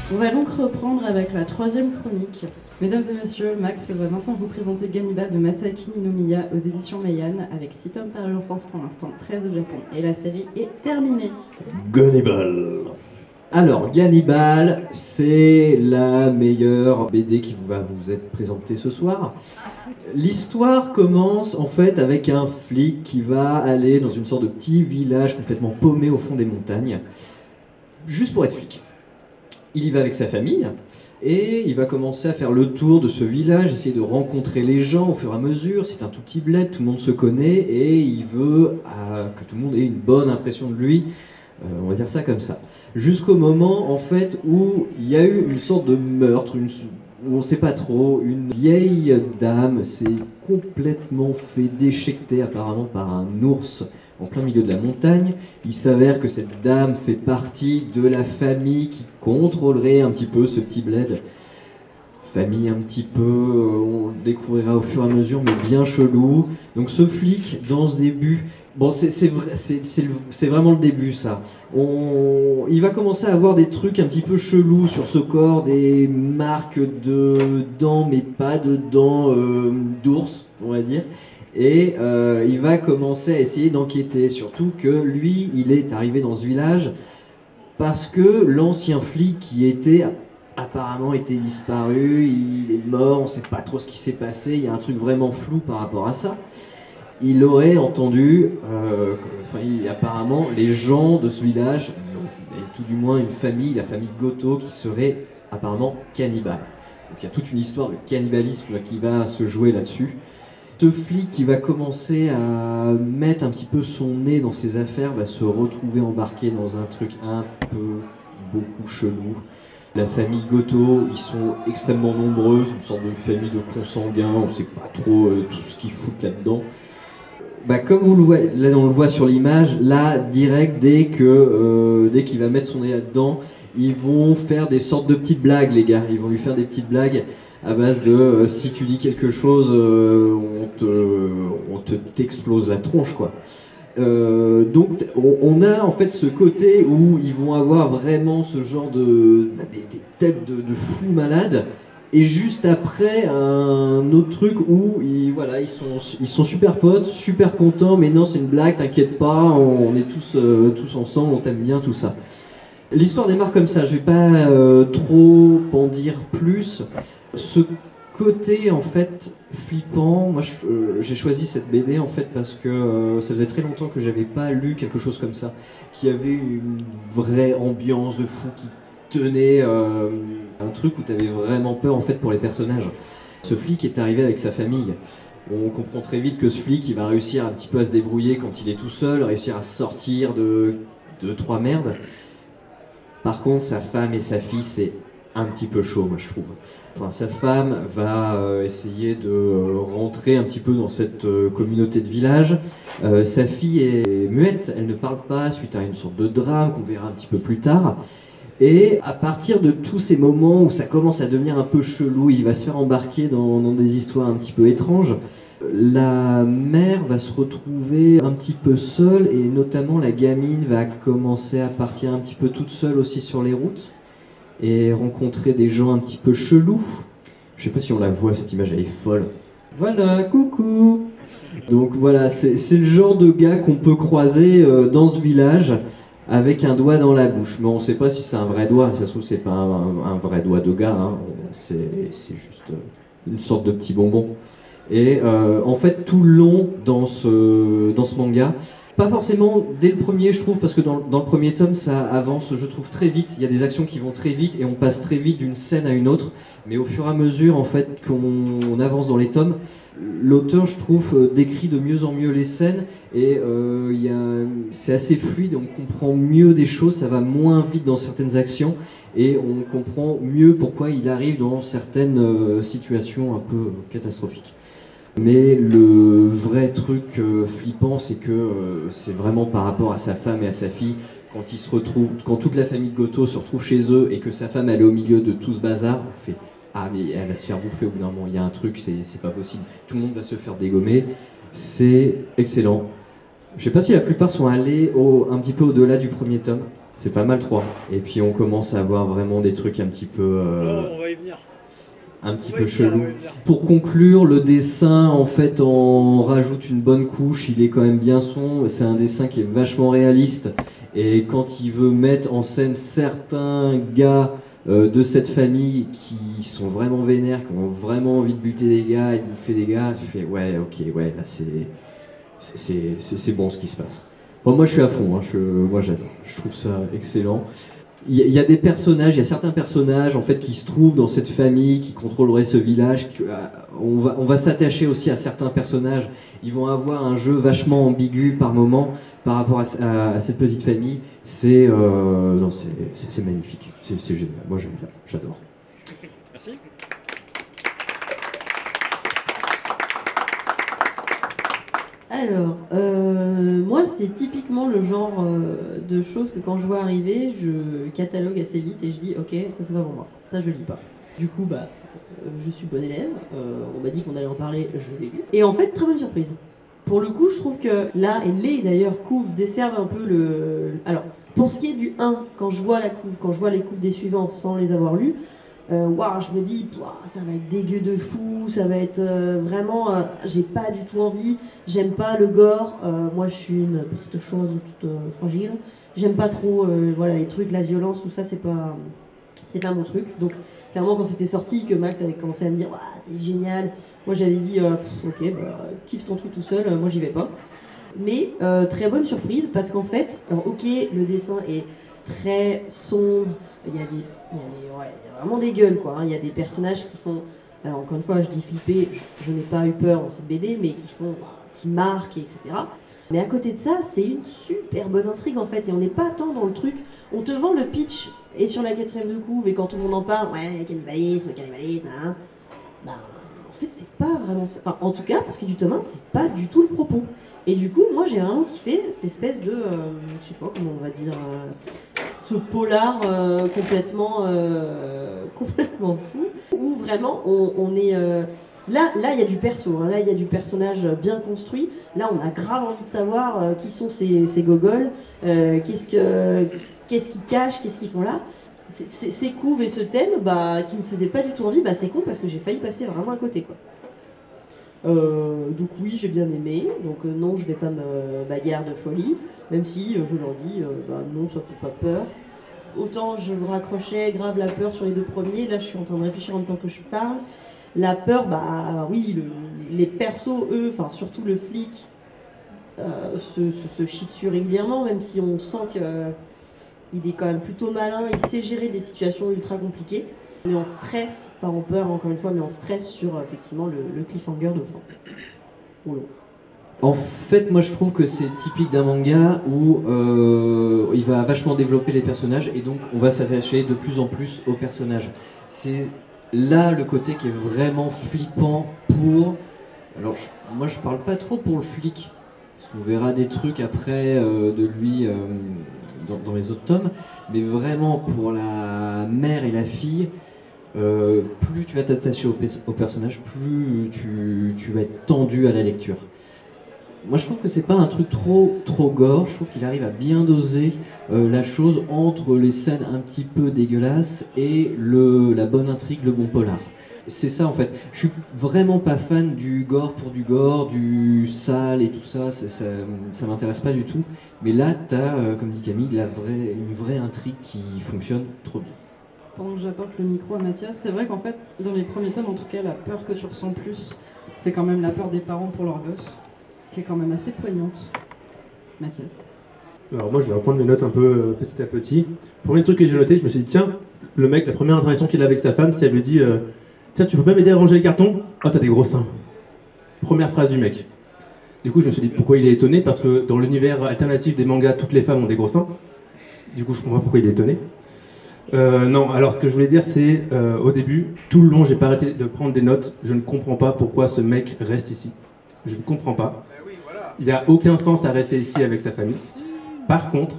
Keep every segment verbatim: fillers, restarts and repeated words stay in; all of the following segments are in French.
On va donc reprendre avec la troisième chronique. Mesdames et messieurs, Max va maintenant vous présenter Gannibal de Masaki Ninomiya aux éditions Meian, avec six tomes parus en France pour l'instant, treize au Japon. Et la série est terminée. Gannibal. Alors, Gannibal, c'est la meilleure B D qui va vous être présentée ce soir. L'histoire commence en fait avec un flic qui va aller dans une sorte de petit village complètement paumé au fond des montagnes, juste pour être flic. Il y va avec sa famille, et il va commencer à faire le tour de ce village, essayer de rencontrer les gens au fur et à mesure. C'est un tout petit bled, tout le monde se connaît, et il veut euh, que tout le monde ait une bonne impression de lui. Euh, on va dire ça comme ça. Jusqu'au moment, en fait, où il y a eu une sorte de meurtre, une, où on ne sait pas trop, une vieille dame s'est complètement fait déchiqueter apparemment par un ours en plein milieu de la montagne. Il s'avère que cette dame fait partie de la famille qui contrôlerait un petit peu ce petit bled. Famille un petit peu, on le découvrira au fur et à mesure, mais bien chelou. Donc ce flic, dans ce début, bon c'est, c'est, vrai, c'est, c'est, c'est vraiment le début ça. On, il va commencer à avoir des trucs un petit peu chelous sur ce corps, des marques de dents, mais pas de dents euh, d'ours, on va dire. Et euh, il va commencer à essayer d'enquêter, surtout que lui, il est arrivé dans ce village parce que l'ancien flic qui était apparemment était disparu, il est mort, on ne sait pas trop ce qui s'est passé, il y a un truc vraiment flou par rapport à ça. Il aurait entendu, euh, enfin, il, apparemment, les gens de ce village, et tout du moins une famille, la famille Goto, qui serait apparemment cannibale. Donc il y a toute une histoire de cannibalisme qui va se jouer là-dessus. Ce flic qui va commencer à mettre un petit peu son nez dans ses affaires va se retrouver embarqué dans un truc un peu, beaucoup chelou. La famille Goto, ils sont extrêmement nombreux, c'est une sorte de famille de consanguins, on ne sait pas trop euh, tout ce qu'ils foutent là-dedans. Bah, comme vous le voyez, là on le voit sur l'image, là direct dès que euh, dès qu'il va mettre son nez là-dedans, ils vont faire des sortes de petites blagues les gars, ils vont lui faire des petites blagues à base de euh, si tu dis quelque chose, euh, on te on te t'explose la tronche quoi. Euh, donc on, on a en fait ce côté où ils vont avoir vraiment ce genre de des, des têtes de, de fous malades, et juste après un autre truc où ils, voilà, ils, sont, ils sont super potes, super contents, mais non c'est une blague, t'inquiète pas, on, on est tous, euh, tous ensemble, on t'aime bien, tout ça. L'histoire démarre comme ça, je vais pas euh, trop en dire plus. Ce côté en fait flippant, moi je, euh, j'ai choisi cette B D en fait parce que euh, ça faisait très longtemps que j'avais pas lu quelque chose comme ça, qui avait une vraie ambiance de fou, qui tenait euh, un truc où tu avais vraiment peur en fait pour les personnages. Ce flic est arrivé avec sa famille. On comprend très vite que ce flic il va réussir un petit peu à se débrouiller quand il est tout seul, réussir à sortir de, de trois merdes. Par contre sa femme et sa fille c'est un petit peu chaud, moi je trouve. Enfin, sa femme va euh, essayer de euh, rentrer un petit peu dans cette euh, communauté de village. Euh, sa fille est muette, elle ne parle pas suite à une sorte de drame qu'on verra un petit peu plus tard. Et à partir de tous ces moments où ça commence à devenir un peu chelou, il va se faire embarquer dans, dans des histoires un petit peu étranges. La mère va se retrouver un petit peu seule, et notamment la gamine va commencer à partir un petit peu toute seule aussi sur les routes et rencontrer des gens un petit peu chelous. Je sais pas si on la voit, cette image, elle est folle. Voilà, coucou. Donc voilà, c'est, c'est le genre de gars qu'on peut croiser euh, dans ce village avec un doigt dans la bouche. Mais on sait pas si c'est un vrai doigt, ça se trouve c'est pas un, un vrai doigt de gars, hein. c'est, c'est juste une sorte de petit bonbon. Et euh, en fait tout le long dans ce, dans ce manga, pas forcément dès le premier je trouve, parce que dans, dans le premier tome ça avance je trouve très vite, il y a des actions qui vont très vite et on passe très vite d'une scène à une autre, mais au fur et à mesure en fait qu'on avance dans les tomes, l'auteur je trouve décrit de mieux en mieux les scènes, et euh, y a, c'est assez fluide, on comprend mieux des choses, ça va moins vite dans certaines actions et on comprend mieux pourquoi il arrive dans certaines euh, situations un peu catastrophiques. Mais le vrai truc euh, flippant, c'est que euh, c'est vraiment par rapport à sa femme et à sa fille. Quand ils se retrouvent, quand toute la famille de Goto se retrouve chez eux et que sa femme elle est au milieu de tout ce bazar, on fait ah mais elle va se faire bouffer au bout d'un moment. Il y a un truc, c'est c'est pas possible. Tout le monde va se faire dégommer. C'est excellent. Je sais pas si la plupart sont allés au, un petit peu au-delà du premier tome. C'est pas mal trois. Et puis on commence à avoir vraiment des trucs un petit peu... Euh, oh, on va y venir. Un petit peu chelou. Pour conclure, le dessin, en fait, on rajoute une bonne couche, il est quand même bien sombre, c'est un dessin qui est vachement réaliste, et quand il veut mettre en scène certains gars euh, de cette famille qui sont vraiment vénères, qui ont vraiment envie de buter des gars et de bouffer des gars, tu fais ouais, ok, ouais, là c'est c'est, c'est, c'est bon ce qui se passe. Bon, moi je suis à fond, hein, je, moi j'adore, je trouve ça excellent. Il y, y a des personnages, il y a certains personnages en fait qui se trouvent dans cette famille, qui contrôlerait ce village. Qui, euh, on va, on va s'attacher aussi à certains personnages. Ils vont avoir un jeu vachement ambigu par moment par rapport à, à, à cette petite famille. C'est, euh, non, c'est, c'est, c'est magnifique, c'est, c'est génial. Moi j'aime bien, j'adore. Merci. Alors, euh, moi c'est typiquement le genre euh, de choses que quand je vois arriver, je catalogue assez vite et je dis ok, ça c'est pas pour moi, ça je lis pas. Du coup, bah, euh, je suis bon élève, euh, on m'a dit qu'on allait en parler, je l'ai lu. Et en fait, très bonne surprise. Pour le coup, je trouve que là, et les d'ailleurs, couves desservent un peu le... Alors, pour ce qui est du un, quand je vois la couve, quand je vois les couves des suivants sans les avoir lus, Euh, wow, je me dis, ça va être dégueu de fou, ça va être euh, vraiment, euh, j'ai pas du tout envie, j'aime pas le gore, euh, moi je suis une petite chose toute euh, fragile, j'aime pas trop euh, voilà, les trucs, la violence, tout ça, c'est pas, c'est pas mon truc. Donc clairement quand c'était sorti, que Max avait commencé à me dire, c'est génial, moi j'avais dit, euh, pff, ok, bah, kiffe ton truc tout seul, euh, moi j'y vais pas. Mais euh, très bonne surprise parce qu'en fait, alors ok, le dessin est très sombre, il y a des, il y a des, ouais, il y a vraiment des gueules quoi, hein. Il y a des personnages qui font, alors encore une fois je dis flipper, je, je n'ai pas eu peur dans cette B D, mais qui font, qui marquent, et cetera. Mais à côté de ça, c'est une super bonne intrigue en fait, et on n'est pas tant dans le truc, on te vend le pitch, et sur la quatrième de couve, et quand tout le monde en parle, ouais, cannibalisme, cannibalisme, hein, bah en fait c'est pas vraiment ça, enfin, en tout cas, parce que du tome un, c'est pas du tout le propos. Et du coup, moi j'ai vraiment kiffé cette espèce de, euh, je sais pas comment on va dire, euh, ce polar euh, complètement, euh, complètement fou, où vraiment on, on est... Euh, là, là il y a du perso, hein, là il y a du personnage bien construit, là on a grave envie de savoir euh, qui sont ces, ces gogoles, euh, qu'est-ce, que, qu'est-ce qu'ils cachent, qu'est-ce qu'ils font là. Ces couves et ce thème bah, qui me faisait pas du tout envie, bah, c'est con parce que j'ai failli passer vraiment à côté quoi. Euh, donc oui, j'ai bien aimé, donc euh, non, je vais pas me bagarre de folie, même si euh, je leur dis, euh, bah non, ça fait pas peur. Autant je vous raccrochais grave la peur sur les deux premiers, là je suis en train de réfléchir en même temps que je parle. La peur, bah oui, le, les persos, eux, enfin surtout le flic, euh, se, se, se chie dessus régulièrement, même si on sent qu'il euh, est quand même plutôt malin, il sait gérer des situations ultra compliquées. Mais on stresse, pas en peur encore une fois, mais on stresse sur effectivement le, le cliffhanger de fin. Oula. En fait, moi je trouve que c'est typique d'un manga où euh, il va vachement développer les personnages et donc on va s'attacher de plus en plus aux personnages. C'est là le côté qui est vraiment flippant pour... Alors je, moi je parle pas trop pour le flic, parce qu'on verra des trucs après euh, de lui euh, dans, dans les autres tomes, mais vraiment pour la mère et la fille, euh, plus tu vas t'attacher au, au personnage, plus tu, tu vas être tendu à la lecture. Moi je trouve que c'est pas un truc trop trop gore, je trouve qu'il arrive à bien doser euh, la chose entre les scènes un petit peu dégueulasses et le, la bonne intrigue, le bon polar. C'est ça en fait, je suis vraiment pas fan du gore pour du gore, du sale et tout ça, ça, ça, ça m'intéresse pas du tout. Mais là t'as, euh, comme dit Camille, la vraie, une vraie intrigue qui fonctionne trop bien. Pendant que j'apporte le micro à Mathias, c'est vrai qu'en fait, dans les premiers tomes, en tout cas, la peur que tu ressens plus, c'est quand même la peur des parents pour leurs gosses, qui est quand même assez poignante. Mathias. Alors moi je vais reprendre mes notes un peu euh, petit à petit. Premier truc que j'ai noté, je me suis dit tiens, le mec, la première interaction qu'il a avec sa femme, c'est elle lui dit euh, tiens, tu peux pas m'aider à ranger les cartons ? Ah, t'as des gros seins. Première phrase du mec. Du coup je me suis dit pourquoi il est étonné, parce que dans l'univers alternatif des mangas, toutes les femmes ont des gros seins. Du coup je comprends pas pourquoi il est étonné. Euh, non, alors ce que je voulais dire c'est, euh, au début, tout le long j'ai pas arrêté de prendre des notes, je ne comprends pas pourquoi ce mec reste ici. Je ne comprends pas. Il n'y a aucun sens à rester ici avec sa famille. Par contre,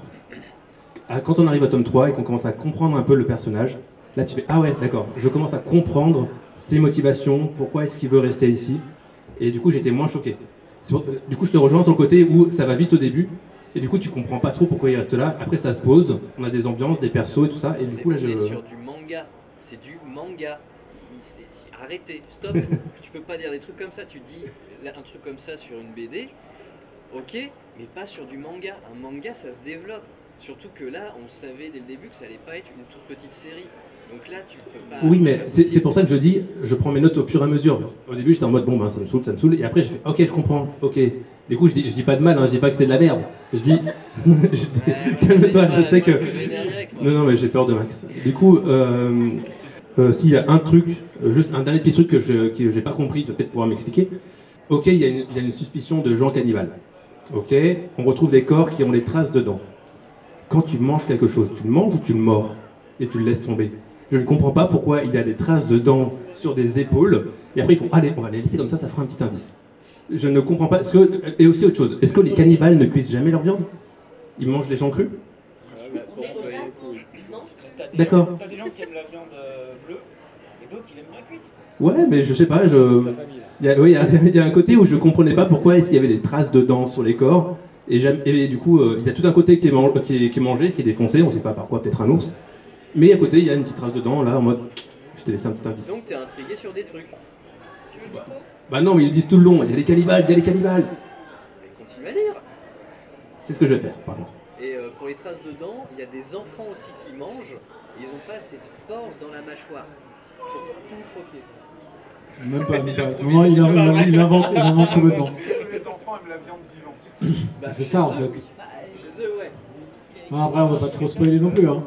quand on arrive au tome trois et qu'on commence à comprendre un peu le personnage, là tu fais ah ouais d'accord, je commence à comprendre ses motivations, pourquoi est-ce qu'il veut rester ici, et du coup j'étais moins choqué. Pour, du coup je te rejoins sur le côté où ça va vite au début, Et du coup, tu comprends pas trop pourquoi il reste là. Après, ça se pose, on a des ambiances, des persos et tout ça. Et du Mais coup, là, on je. est sur du manga. C'est du manga. Il- c'est- c'est- Arrêtez, stop. Tu peux pas dire des trucs comme ça. Tu dis là, un truc comme ça sur une B D, ok, mais pas sur du manga. Un manga, ça se développe. Surtout que là, on savait dès le début que ça allait pas être une toute petite série. Donc là, tu peux pas. Oui, c'est mais pas c'est possible. c'est pour ça que je dis, je prends mes notes au fur et à mesure. Au début, j'étais en mode, bon, ben, ça me saoule, ça me saoule. Et après, je fais, ok, je comprends, ok. Du coup, je dis, je dis pas de mal, hein, je dis pas que c'est de la merde. Je dis, je dis- Ouais, calme-toi, moi, je sais moi, que. je me vénère direct, moi. Non, non, mais j'ai peur de Max. Du coup, euh, euh, s'il y a un truc, euh, juste un dernier petit truc que je que j'ai pas compris, tu vas peut-être pouvoir m'expliquer. Ok, il y, a une- il y a une suspicion de gens cannibales. Ok, on retrouve des corps qui ont des traces dedans. Quand tu manges quelque chose, tu le manges ou tu le mords et tu le laisses tomber. Je ne comprends pas pourquoi il y a des traces de dents sur des épaules et après ils font allez, on va les laisser comme ça, ça fera un petit indice. Je ne comprends pas. Est-ce que, et aussi autre chose, est-ce que les cannibales ne cuisent jamais leur viande? Ils mangent les gens crus? Bah, bon, bah, T'as des D'accord. gens- T'as des gens qui aiment la viande euh, bleue et d'autres qui l'aiment bien cuite. Ouais, mais je sais pas, je. La famille là. Il y a, oui, il y a- il y a un côté où je comprenais pas pourquoi est-ce qu'il y avait des traces de dents sur les corps. Et, j'aime- et du coup, euh, il y a tout un côté qui est, man- qui, est, qui est mangé, qui est défoncé, on sait pas par quoi, peut-être un ours. Mais à côté, il y a une petite trace de dents, là, en mode. Je t'ai laissé un petit indice. Donc t'es intrigué sur des trucs. Tu veux le micro? Bah non, mais ils disent tout le long, il y a des cannibales, il y a des cannibales. Mais continue à lire. C'est ce que je vais faire, par contre. Et euh, pour les traces de dents, il y a des enfants aussi qui mangent. Ils n'ont pas cette force dans la mâchoire pour tout croquer. Même pas, même pas. Non, il, invente, il invente, il invente complètement. Les enfants aiment la viande vivante. Bah, C'est chez ça en eux, fait. Chez eux, ouais. Non, après, on va pas trop spoiler non plus. Hein.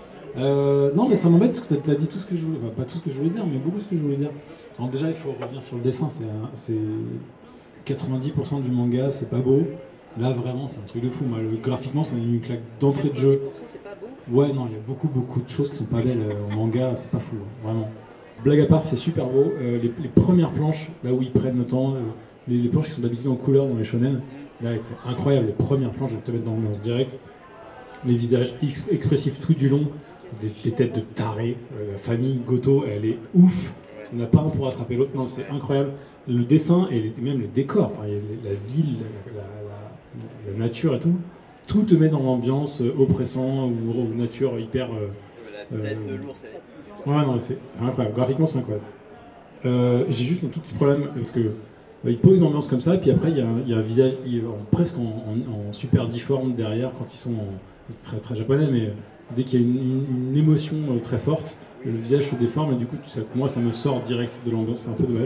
Euh, non, mais ça m'embête parce que tu as dit tout ce que je voulais. Enfin, pas tout ce que je voulais dire, mais beaucoup ce que je voulais dire. Alors, déjà, il faut revenir sur le dessin. C'est un- c'est quatre-vingt-dix pour cent du manga, c'est pas beau. Là, vraiment, c'est un truc de fou. Moi, le- graphiquement, c'est une claque d'entrée de jeu. quatre-vingt-dix pour cent, c'est pas beau. Ouais, non, il y a beaucoup, beaucoup de choses qui sont pas belles euh, en manga. C'est pas fou, hein, vraiment. Blague à part, c'est super beau. Euh, les, les premières planches, là où ils prennent le temps, euh, les, les planches qui sont d'habitude en couleur dans les shonen, là, c'est incroyable. Les premières planches, je vais te mettre dans le direct. Les visages ex- expressifs tout du long, des, des têtes de tarés. Euh, la famille Goto, elle est ouf. Il n'y en a pas un pour attraper l'autre. Non, c'est incroyable. Le dessin et les- même les décors, enfin, il y a la ville, la, la- la nature et tout, tout te met dans l'ambiance euh, oppressant ou, ou nature hyper. euh, La tête Euh, de l'ours, elle est ouf, quoi. Ouais, non, c'est c'est incroyable. Graphiquement, c'est incroyable. Euh, J'ai juste un tout petit problème parce que euh, il pose une ambiance comme ça, puis après, il y a, un- il y a un visage il est en- presque en, en- en super difforme derrière quand ils sont en. C'est très, très japonais, mais euh, dès qu'il y a une, une- une émotion euh, très forte, le visage se déforme et du coup, ça- moi, ça me sort direct de l'ambiance. C'est un peu dommage.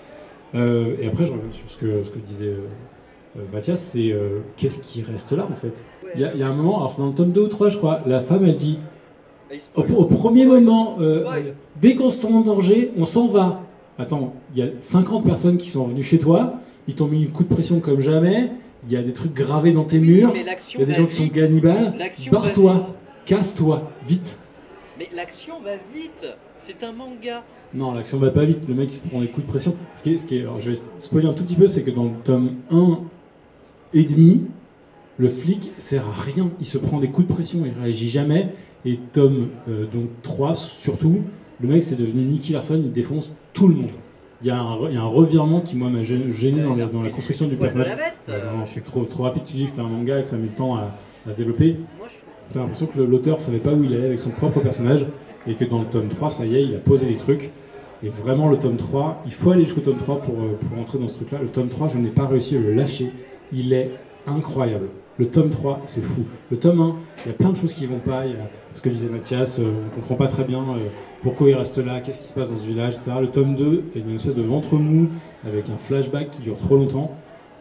Euh, et après, je reviens sur ce que, ce que disait euh, euh, Mathias, c'est euh, qu'est-ce qui reste là en fait. Il y, a- il y a un moment, alors c'est dans le tome deux ou trois, je crois, la femme, elle dit. Et il Au, spoil. au premier moment, euh, Spoil. euh, dès qu'on se sent en danger, on s'en va. Attends, il y a cinquante personnes qui sont venues chez toi, ils t'ont mis un coup de pression comme jamais, il y a des trucs gravés dans tes Oui, murs, mais il l'action y a des va gens qui sont vite. cannibales. L'action va Barre-toi, vite. casse-toi, vite. Mais l'action va vite. C'est un manga. Non, l'action va pas vite, le mec il se prend des coups de pression. Ce qui est, ce qui est, alors je vais spoiler un tout petit peu, c'est que dans le tome un et demi, le flic sert à rien, il se prend des coups de pression, il réagit jamais. Et tome euh, donc trois surtout, le mec c'est devenu Nicky Larson, il défonce tout le monde. Il y a un, re- il y a un revirement qui moi m'a gê- gêné dans la, dans la construction du Poil de la personnage. bête. Ouais, non, c'est trop, trop rapide, tu dis que c'est un manga et que ça met le temps à, à se développer. Moi, je trouve. T'as l'impression que le- l'auteur savait pas où il allait avec son propre personnage et que dans le tome trois, ça y est, il a posé les trucs. Et vraiment, le tome trois, il faut aller jusqu'au tome trois pour, euh, pour entrer dans ce truc-là. Le tome trois, je n'ai pas réussi à le lâcher. Il est incroyable. Le tome trois, c'est fou. Le tome un, il y a plein de choses qui vont pas. Il y a ce que disait Mathias, euh, on comprend pas très bien euh, pourquoi il reste là, qu'est-ce qui se passe dans ce village, et cetera. Le tome deux, il y a une espèce de ventre mou avec un flashback qui dure trop longtemps.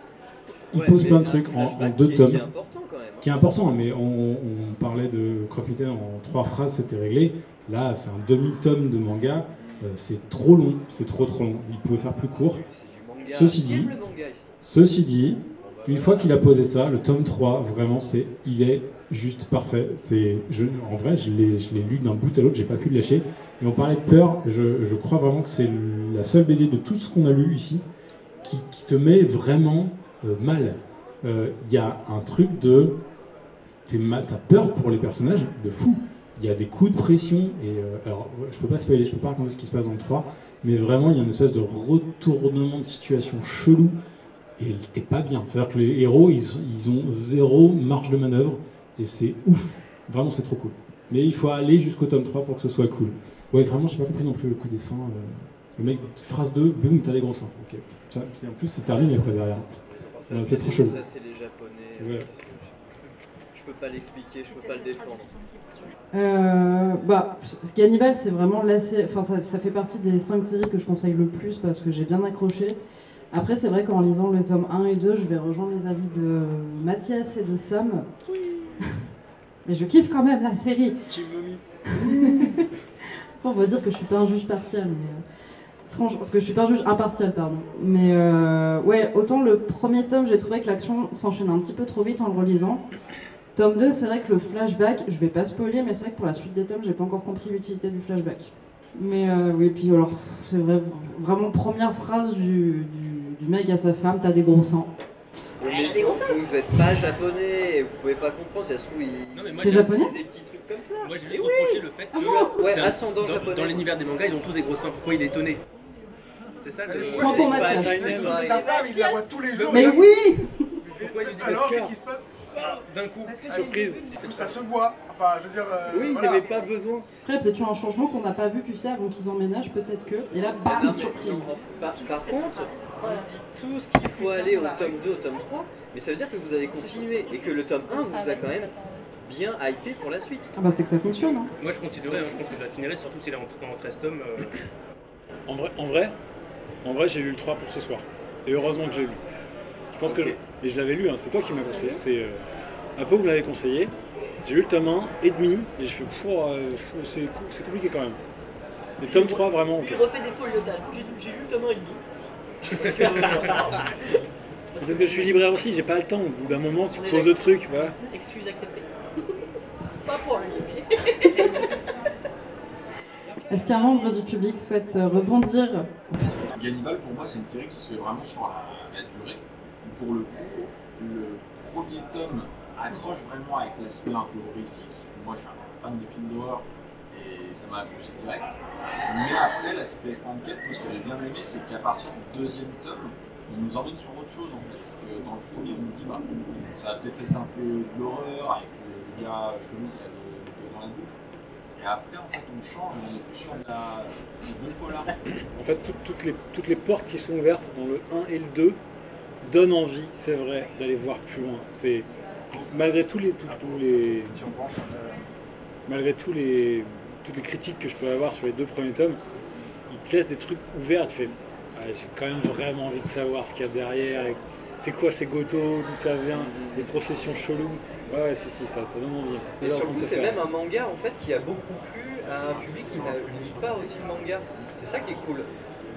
Il Ouais, pose mais plein de un trucs en, en flashback deux qui est- tomes Qui est important quand même. hein. qui est important, mais on, on parlait de Crop Mitten en trois phrases, c'était réglé. Là, c'est un demi-tome de manga, euh, c'est trop long, c'est trop trop long. Il pouvait faire plus court. C'est du manga. Ceci Qui aime dit- le manga ici. Ceci dit, une fois qu'il a posé ça, le tome trois, vraiment, c'est, il est juste parfait. C'est, je, en vrai, je l'ai, je l'ai lu d'un bout à l'autre, j'ai pas pu le lâcher. Et on parlait de peur, je, je crois vraiment que c'est la seule B D de tout ce qu'on a lu ici qui, qui te met vraiment euh, mal. Il y a un truc de... T'es mal, t'as peur pour les personnages de fou. Il y a des coups de pression, et euh, alors je peux pas spoiler, je peux pas raconter ce qui se passe dans le trois, mais vraiment il y a une espèce de retournement de situation chelou et t'es pas bien. C'est-à-dire que les héros, ils, ils ont zéro marge de manœuvre, et c'est ouf. Vraiment, c'est trop cool. Mais il faut aller jusqu'au tome trois pour que ce soit cool. Ouais, vraiment, j'ai pas compris non plus le coup des seins. Euh, le mec, phrase deux, boum, t'as des gros seins. Ok. Ça, en plus, c'est terminé après derrière. Ça, Ouais, c'est c'est trop les- chelou. Ça, c'est les japonais. Ouais. Je peux pas l'expliquer, je peux pas le défendre. Euh, bah, Gannibal, c'est vraiment la sé- enfin, ça, ça fait partie des cinq séries que je conseille le plus parce que j'ai bien accroché. Après, c'est vrai qu'en lisant le tome un et deux, je vais rejoindre les avis de Mathias et de Sam. Mais je kiffe quand même la série. Team Mommy. On va dire que je suis pas un juge partial, mais euh, franchement, que je suis pas un juge impartial, pardon. Mais euh, ouais, autant le premier tome, j'ai trouvé que l'action s'enchaîne un petit peu trop vite en le relisant. Tome deux, c'est vrai que le flashback, je vais pas spoiler, mais c'est vrai que pour la suite des tomes, j'ai pas encore compris l'utilité du flashback. Mais euh, oui, puis alors, c'est vrai, vraiment première phrase du, du, du mec à sa femme, t'as des gros seins. Mais vous, vous êtes pas japonais, vous pouvez pas comprendre, ça se trouve, ils Non, mais moi, T'es j'ai japonais disent des petits trucs comme ça. moi, j'ai Mais juste oui. reproché le fait que. Ouais, c'est un- ascendant dans, japonais. dans l'univers des mangas, ils ont tous des gros seins. Pourquoi il est étonné? C'est ça le. Oui, Point c'est pour pas Mathias. ça, C'est une c'est soirée. sa femme, il la voit tous les jours. Mais et- oui Pourquoi il lui dit Alors, parce que- qu'est-ce qui se passe D'un coup, Parce que surprise. Ça se voit. Enfin, je veux dire. euh, Oui, il n'y voilà. avait pas besoin. Après, peut-être eu un changement qu'on n'a pas vu, tu sais, avant qu'ils emménagent, peut-être que. Et là, Non, bam, mais- surprise. non, par, par contre, vous dites tous qu'il faut aller au tome deux, au tome trois, mais ça veut dire que vous avez continué et que le tome un vous a quand même bien hypé pour la suite. Ah bah, c'est que ça fonctionne, hein. moi je continuerai, hein, je pense que je la finirai, surtout s'il est en, en treize tomes. euh, En vrai, en vrai, en vrai j'ai lu le trois pour ce soir. Et heureusement que j'ai lu. Je pense que Ok. je, et je l'avais lu, hein, c'est toi qui m'as conseillé. C'est euh, un peu vous me l'avez conseillé. J'ai lu le tome un et demi et je fais Pouah, euh, c'est c'est compliqué quand même. Le tome trois vraiment ok. Il refait des foliotages. J'ai j'ai lu le tome un et demi. C'est parce que je suis libraire aussi, j'ai pas le temps. Au bout d'un moment tu On est poses le truc, voilà. Excuse acceptée. Pas pour lui, mais. Est-ce qu'un membre du public souhaite euh, rebondir? Gannibal, pour moi, c'est une série qui se fait vraiment sur la, la durée. Pour le coup, le premier tome accroche vraiment avec l'aspect un peu horrifique. Moi, je suis un fan des films d'horreur et ça m'a accroché direct. Mais après, l'aspect enquête, moi, ce que j'ai bien aimé, c'est qu'à partir du deuxième tome, on nous emmène sur autre chose en fait. Que dans le premier, on nous dit, bah, ça va peut-être être un peu de l'horreur avec le gars chelou qui a le le doigt dans la bouche. Et après, en fait, on change, on est plus sur de la, du bon polar. En fait, tout- toutes, les, toutes les portes qui sont ouvertes dans le un et le deux donnent envie, c'est vrai, d'aller voir plus loin. C'est malgré tous les, tous, tous les, Tu reprends, euh, malgré tous les, toutes les critiques que je peux avoir sur les deux premiers tomes, ils te laissent des trucs ouverts. Tu fais, ah, j'ai quand même vraiment envie de savoir ce qu'il y a derrière. et C'est quoi ces gotos, d'où ça vient, les processions cheloues. Ouais, ouais, si, si, ça, ça donne envie. Et Alors, surtout, on se c'est fait- même un manga en fait qui a beaucoup plu à un public qui ne lit pas aussi le manga. C'est ça qui est cool.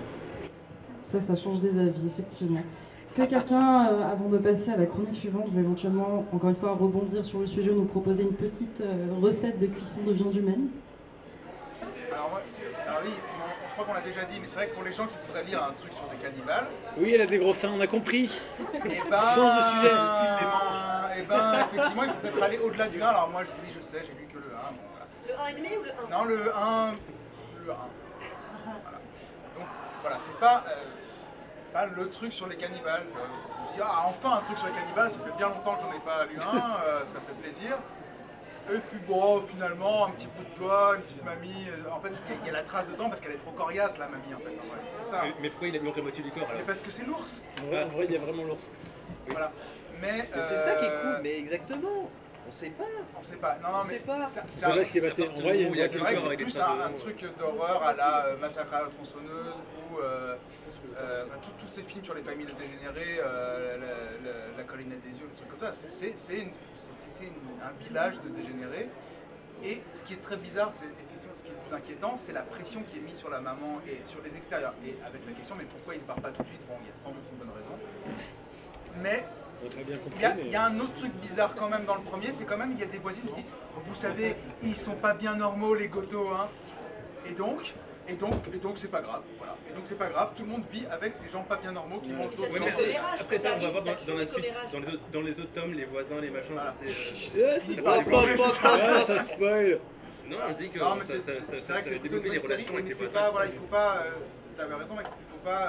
Ça, ça change des avis, effectivement. Est-ce que quelqu'un, euh, avant de passer à la chronique suivante, veut éventuellement, encore une fois, rebondir sur le sujet, nous proposer une petite euh, recette de cuisson de viande humaine? Alors, moi, c'est- alors oui, on- je crois qu'on l'a déjà dit, mais c'est vrai que pour les gens qui voudraient lire un truc sur des cannibales, Oui, elle a des gros seins, on a compris. et ben. Change de sujet. Et ben, effectivement, il faut peut-être aller au-delà du un. Alors, moi, je, oui, je sais, j'ai lu que le un. Bon, voilà. Le un et demi ou le un? Non, le un. Le un. Voilà. Donc, voilà, c'est pas. euh, c'est pas le truc sur les cannibales. Euh, Je me dis, ah, enfin un truc sur les cannibales, ça fait bien longtemps que j'en ai pas lu un, euh, ça fait plaisir. Et puis bon, finalement, un petit bout de doigt, une petite mamie. euh, En fait, il y a la trace dedans parce qu'elle est trop coriace, la mamie, en fait. en vrai. C'est ça. Mais, mais pourquoi il a mis la moitié du corps Mais alors? parce que c'est l'ours. En vrai, en vrai, il y a vraiment l'ours. Voilà. Mais. Mais c'est ça qui est euh, cool, mais exactement. On sait pas. On sait pas. Non, non, On mais. sait pas. c'est- C'est vrai ce qui est passé. En vrai, il y a Il y une a C'est quelques vrai que corps c'est avec des plus traces un, de un dents, truc d'horreur à la euh, Massacre à la tronçonneuse ou euh, euh, enfin, tous- tous ces films sur les familles de dégénérés, euh, la, la- la collinette des yeux, des trucs comme ça. C'est c'est une- c'est- c'est une- un village de dégénérés. Et ce qui est très bizarre, c'est effectivement ce qui est le plus inquiétant, c'est la pression qui est mise sur la maman et sur les extérieurs. Et avec la question, mais pourquoi ils se barrent pas tout de suite? Bon, il y a sans doute une bonne raison. Mais On a bien compris. il y, a, mais- il y a un autre truc bizarre quand même dans le premier, c'est quand même il y a des voisines qui disent, vous savez, ils sont pas bien normaux les gotos, hein. Et donc, et donc, et donc c'est pas grave, voilà. Et donc c'est pas grave, tout le monde vit avec ces gens pas bien normaux qui Ouais. montent Ça, Ouais, d'autres mais c'est gens. le commérage, après ça, on va quand voir dans, t'arrives, dans la t'as suite, le dans les, autres, dans les autres tomes, les voisins, les machins. Voilà. c'est, euh, Ouais, Finissent c'est par pas- plonger, c'est ça. Ouais, ça spoil. Non, je dis que Non, mais ça, c'est ça, ça, c'est ça, vrai que ça c'est va plutôt une développer les bonne série, relations mais avec les c'est voisins. pas, voilà, il faut pas, euh, t'avais raison, Max, il faut pas, euh,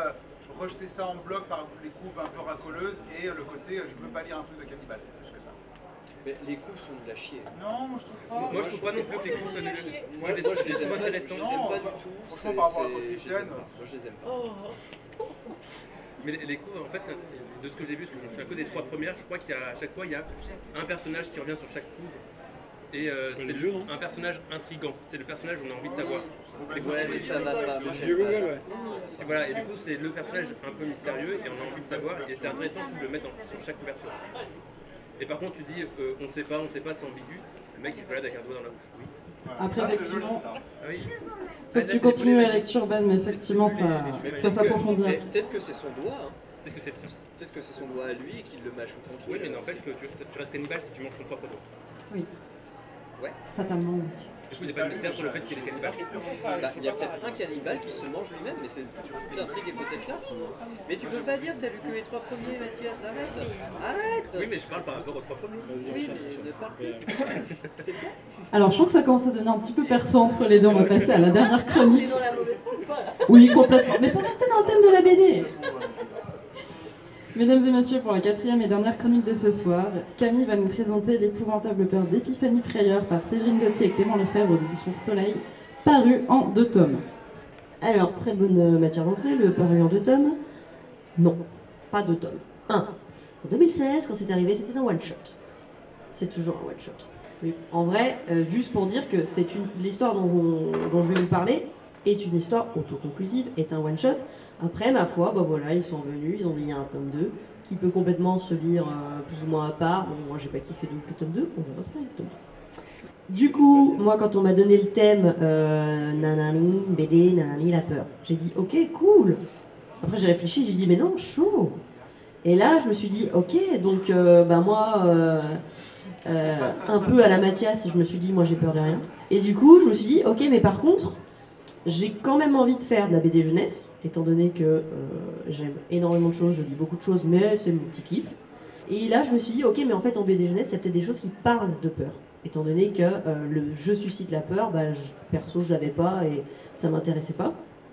rejeter ça en bloc par les couves un peu racoleuses et le côté je veux pas lire un truc de cannibale, c'est plus que ça. Mais les couves sont de la chier. Non, moi je trouve pas. Moi, moi je trouve pas non plus que les couves sont de la chier. Moi je les trouve intéressants. Je les aime pas du tout. Franchement, par rapport à la Christiane. Moi je les aime pas. Oh. Mais les, les couves, en fait, de ce que j'ai vu, parce que je me souviens que des trois premières, je crois qu'il y a à chaque fois il y a un personnage qui revient sur chaque couve. Et euh, c'est vieux, un personnage intriguant. C'est le personnage où on a envie de savoir. Ouais, mais ça va pas. C'est vieux Google, ouais. Et voilà, et du coup, c'est le personnage un peu mystérieux et on a envie de savoir. Et c'est intéressant de le mettre dans, sur chaque couverture. Et par contre, tu dis, euh, on sait pas, on sait pas, c'est ambigu. Le mec, il se balade avec un doigt dans la bouche. Oui. Après, ça, effectivement, ça. Ah oui. faut que tu continues la lecture, Ben, mais effectivement, ça, ça s'approfondit. Peut-être que c'est son doigt. Hein. Peut-être que c'est le sien. Peut-être que c'est son doigt à lui et qu'il le mâche tranquille. Oui, mais n'empêche que tu, tu restes cannibale si tu manges ton propre doigt. Oui. Ouais. Fatalement, oui. Du coup, il n'y a pas de mystère sur le fait qu'il est cannibale. Bah, il y a peut-être un cannibale qui se mange lui-même, mais c'est l'intrigue est peut-être là. Mais tu peux pas dire, t'as lu que les trois premiers, Mathias, arrête. Arrête. Oui, mais je parle par rapport aux trois premiers. Oui, mais ne parle plus. Alors, je trouve que ça commence à devenir un petit peu perso entre les deux. On va passer à la dernière On chronique. est dans la mauvaise coupe. Oui, complètement. Mais faut rester dans le thème de la B D. Mesdames et messieurs, pour la quatrième et dernière chronique de ce soir, Camille va nous présenter l'épouvantable peur d'Épiphanie Frayeur par Séverine Gauthier et Clément Lefebvre aux éditions Soleil, paru en deux tomes. Alors, très bonne matière d'entrée, le paru en deux tomes. Non, pas deux tomes. Un. En deux mille seize, quand c'est arrivé, c'était un one-shot. C'est toujours un one-shot. Mais en vrai, euh, juste pour dire que c'est une l'histoire dont, on- dont je vais vous parler est une histoire autoconclusive, est un one-shot. Après, ma foi, bah voilà, ils sont venus, ils ont dit il y a un tome deux, qui peut complètement se lire euh, plus ou moins à part. Bon, moi, j'ai pas kiffé de ouf le tome deux, on verra après le tome deux. Du coup, moi, quand on m'a donné le thème euh, nanani, B D, nanani, la peur, j'ai dit ok, cool. Après, j'ai réfléchi, j'ai dit mais non, chaud. Et là, je me suis dit ok, donc euh, bah moi, euh, euh, un peu à la Mathias, je me suis dit moi, j'ai peur de rien. Et du coup, je me suis dit ok, mais par contre, j'ai quand même envie de faire de la B D jeunesse, étant donné que euh, j'aime énormément de choses, je lis beaucoup de choses, mais c'est mon petit kiff. Et là, je me suis dit, ok, mais en fait, en B D jeunesse, il y a peut-être des choses qui parlent de peur. Étant donné que euh, le je suscite la peur, bah, je, perso, je l'avais pas et ça m'intéressait pas.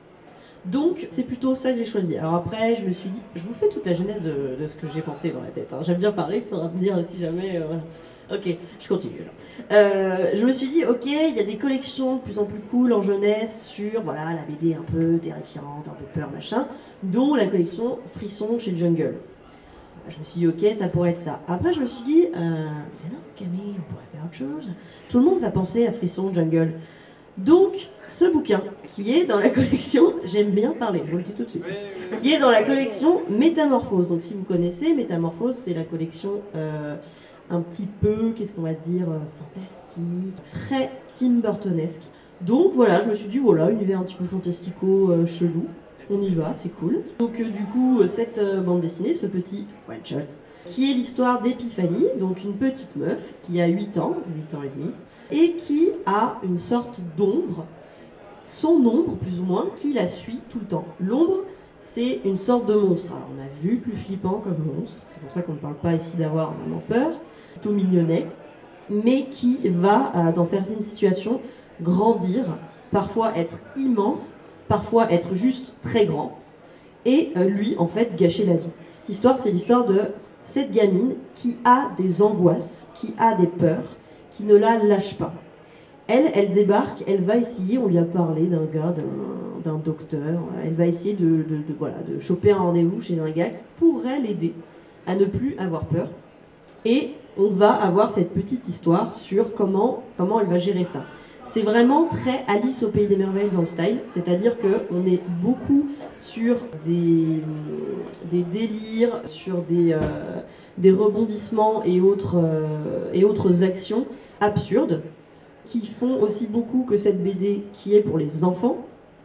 Donc, c'est plutôt ça que j'ai choisi. Alors après, je me suis dit, je vous fais toute la genèse de, de ce que j'ai pensé dans la tête. Hein. J'aime bien parler, il faudra me dire si jamais... Euh, voilà. Ok, je continue. Euh, je me suis dit, ok, il y a des collections de plus en plus cool en jeunesse sur voilà, la B D un peu terrifiante, un peu peur, machin, dont la collection Frisson chez Jungle. Je me suis dit, ok, ça pourrait être ça. Après, je me suis dit, euh, mais non, Camille, on pourrait faire autre chose. Tout le monde va penser à Frisson, Jungle. Donc, ce bouquin, qui est dans la collection, j'aime bien parler, je vous le dis tout de suite, qui est dans la collection Métamorphose. Donc, si vous connaissez, Métamorphose, c'est la collection euh, un petit peu, qu'est-ce qu'on va dire, euh, fantastique, très Tim Burtonesque. Donc, voilà, je me suis dit, voilà, univers un petit peu fantastico, euh, chelou. On y va, c'est cool. Donc, euh, du coup, cette euh, bande dessinée, ce petit one-shot, qui est l'histoire d'Épiphanie, donc une petite meuf qui a huit ans, huit ans et demi, et qui a une sorte d'ombre, son ombre plus ou moins, qui la suit tout le temps. L'ombre, c'est une sorte de monstre. Alors on a vu plus flippant comme monstre, c'est pour ça qu'on ne parle pas ici d'avoir vraiment peur, plutôt mignonnet, mais qui va, euh, dans certaines situations, grandir, parfois être immense, parfois être juste très grand, et euh, lui, en fait, gâcher la vie. Cette histoire, c'est l'histoire de cette gamine qui a des angoisses, qui a des peurs, qui ne la lâche pas. Elle, elle débarque, elle va essayer, on lui a parlé d'un gars, d'un, d'un docteur, elle va essayer de, de, de, voilà, de choper un rendez-vous chez un gars qui pourrait l'aider à ne plus avoir peur. Et on va avoir cette petite histoire sur comment, comment elle va gérer ça. C'est vraiment très Alice au Pays des Merveilles dans le style, c'est-à-dire qu'on est beaucoup sur des, des délires, sur des, euh, des rebondissements et autres, euh, et autres actions absurdes, qui font aussi beaucoup que cette B D, qui est pour les enfants,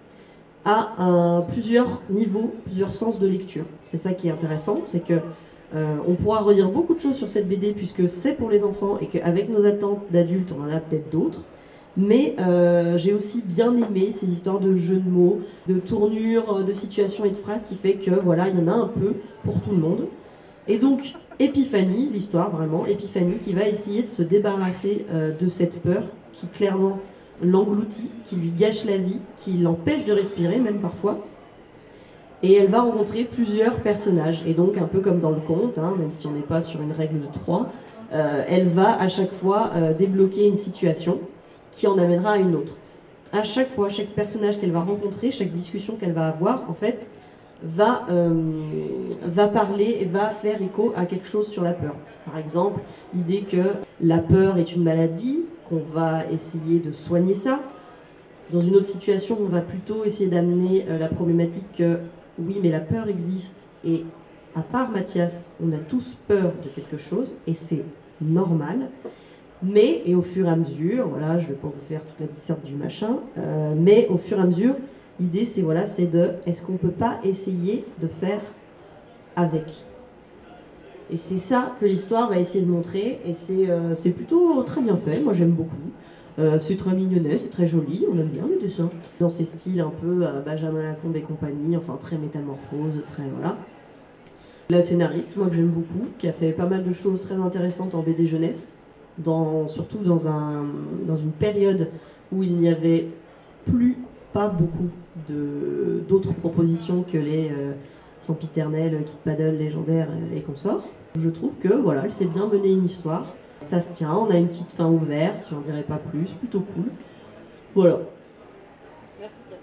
a un, plusieurs niveaux, plusieurs sens de lecture. C'est ça qui est intéressant, c'est que euh, on pourra redire beaucoup de choses sur cette B D puisque c'est pour les enfants et qu'avec nos attentes d'adultes, on en a peut-être d'autres. Mais euh, j'ai aussi bien aimé ces histoires de jeux de mots, de tournures, de situations et de phrases qui fait que voilà, il y en a un peu pour tout le monde. Et donc, Épiphanie, l'histoire vraiment, Épiphanie qui va essayer de se débarrasser euh, de cette peur qui clairement l'engloutit, qui lui gâche la vie, qui l'empêche de respirer même parfois. Et elle va rencontrer plusieurs personnages. Et donc, un peu comme dans le conte, hein, même si on n'est pas sur une règle de trois, euh, elle va à chaque fois euh, débloquer une situation qui en amènera à une autre. À chaque fois, chaque personnage qu'elle va rencontrer, chaque discussion qu'elle va avoir, en fait, va, euh, va parler, va faire écho à quelque chose sur la peur. Par exemple, l'idée que la peur est une maladie, qu'on va essayer de soigner ça. Dans une autre situation, on va plutôt essayer d'amener euh, la problématique que, oui, mais la peur existe, et à part Mathias, on a tous peur de quelque chose, et c'est normal. Mais, et au fur et à mesure, voilà, je ne vais pas vous faire toute la disserte du machin, euh, mais au fur et à mesure, l'idée c'est voilà, c'est de, est-ce qu'on ne peut pas essayer de faire avec? Et c'est ça que l'histoire va essayer de montrer, et c'est euh, c'est plutôt très bien fait, moi j'aime beaucoup. Euh, c'est très mignonnet, c'est très joli, on aime bien les dessins. Dans ces styles un peu euh, Benjamin Lacombe et compagnie, enfin très métamorphose, très voilà. La scénariste, moi que j'aime beaucoup, qui a fait pas mal de choses très intéressantes en B D jeunesse, dans, surtout dans, un, dans une période où il n'y avait plus pas beaucoup de, d'autres propositions que les euh, sempiternels, Kid Paddle, légendaires et consorts. Je trouve que voilà, elle sait bien mener une histoire. Ça se tient, on a une petite fin ouverte, j'en dirais pas plus, plutôt cool. Voilà. Merci Camille.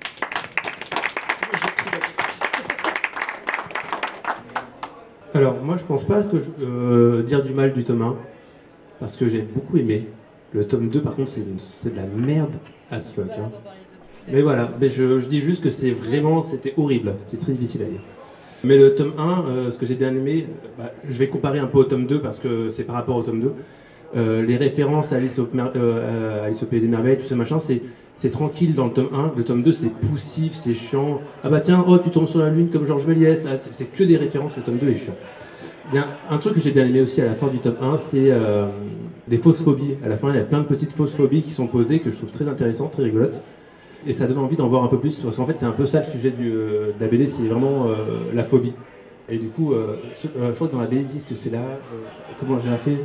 Alors, moi, je pense pas que je, euh, dire du mal du tome un, parce que j'ai beaucoup aimé. Le tome deux, par contre, c'est, une, c'est de la merde as fuck. Hein. Mais voilà, mais je, je dis juste que c'est vraiment, c'était horrible, c'était très difficile à lire. Mais le tome un, euh, ce que j'ai bien aimé, bah, je vais comparer un peu au tome deux, parce que c'est par rapport au tome deux. Euh, les références à Alice au, euh, à Alice au Pays des Merveilles, tout ce machin, c'est, c'est tranquille dans le tome un. Le tome deux, c'est poussif, c'est chiant. Ah bah tiens, oh, tu tombes sur la lune comme Georges Méliès. Ah, c'est, c'est que des références, le tome deux est chiant. Il y a un truc que j'ai bien aimé aussi à la fin du tome un, c'est euh, les fausses phobies. À la fin, il y a plein de petites fausses phobies qui sont posées, que je trouve très intéressantes, très rigolotes. Et ça donne envie d'en voir un peu plus, parce qu'en fait, c'est un peu ça le sujet du, euh, de la B D, c'est vraiment euh, la phobie. Et du coup, euh, ce, euh, je crois que dans la B D, ils disent que c'est la... Euh, comment j'ai appelé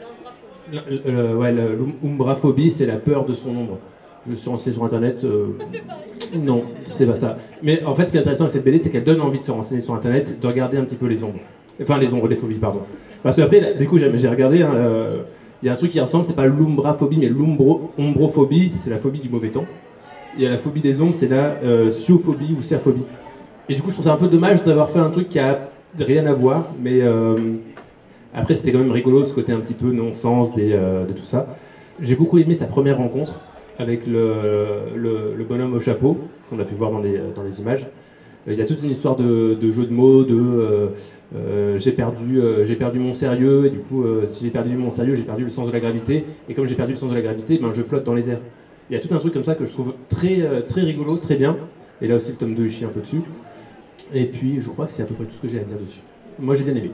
euh, ouais, l'umbraphobie, c'est la peur de son ombre. Je suis renseigné sur internet. Euh, non, c'est pas ça. Mais en fait, ce qui est intéressant avec cette B D, c'est qu'elle donne envie de se renseigner sur internet, de regarder un petit peu les ombres. Enfin, les ombres, les phobies, pardon. Parce qu'après, du coup, j'ai, j'ai regardé, il hein, euh, y a un truc qui ressemble, c'est pas l'umbraphobie, mais l'ombrophobie, c'est la phobie du mauvais temps. Et à la phobie des ombres, c'est la euh, siophobie ou cerphobie. Et du coup, je trouve ça un peu dommage d'avoir fait un truc qui a rien à voir, mais euh, après, c'était quand même rigolo ce côté un petit peu non-sens des, euh, de tout ça. J'ai beaucoup aimé sa première rencontre avec le, le, le bonhomme au chapeau, qu'on a pu voir dans les, dans les images. Il y a toute une histoire de, de jeu de mots, de euh, euh, j'ai perdu, euh, j'ai perdu mon sérieux, et du coup, euh, si j'ai perdu mon sérieux, j'ai perdu le sens de la gravité, et comme j'ai perdu le sens de la gravité, ben, je flotte dans les airs. Il y a tout un truc comme ça que je trouve très, euh, très rigolo, très bien, et là aussi le tome deux il chie un peu dessus. Et puis, je crois que c'est à peu près tout ce que j'ai à dire dessus. Moi, j'ai bien aimé.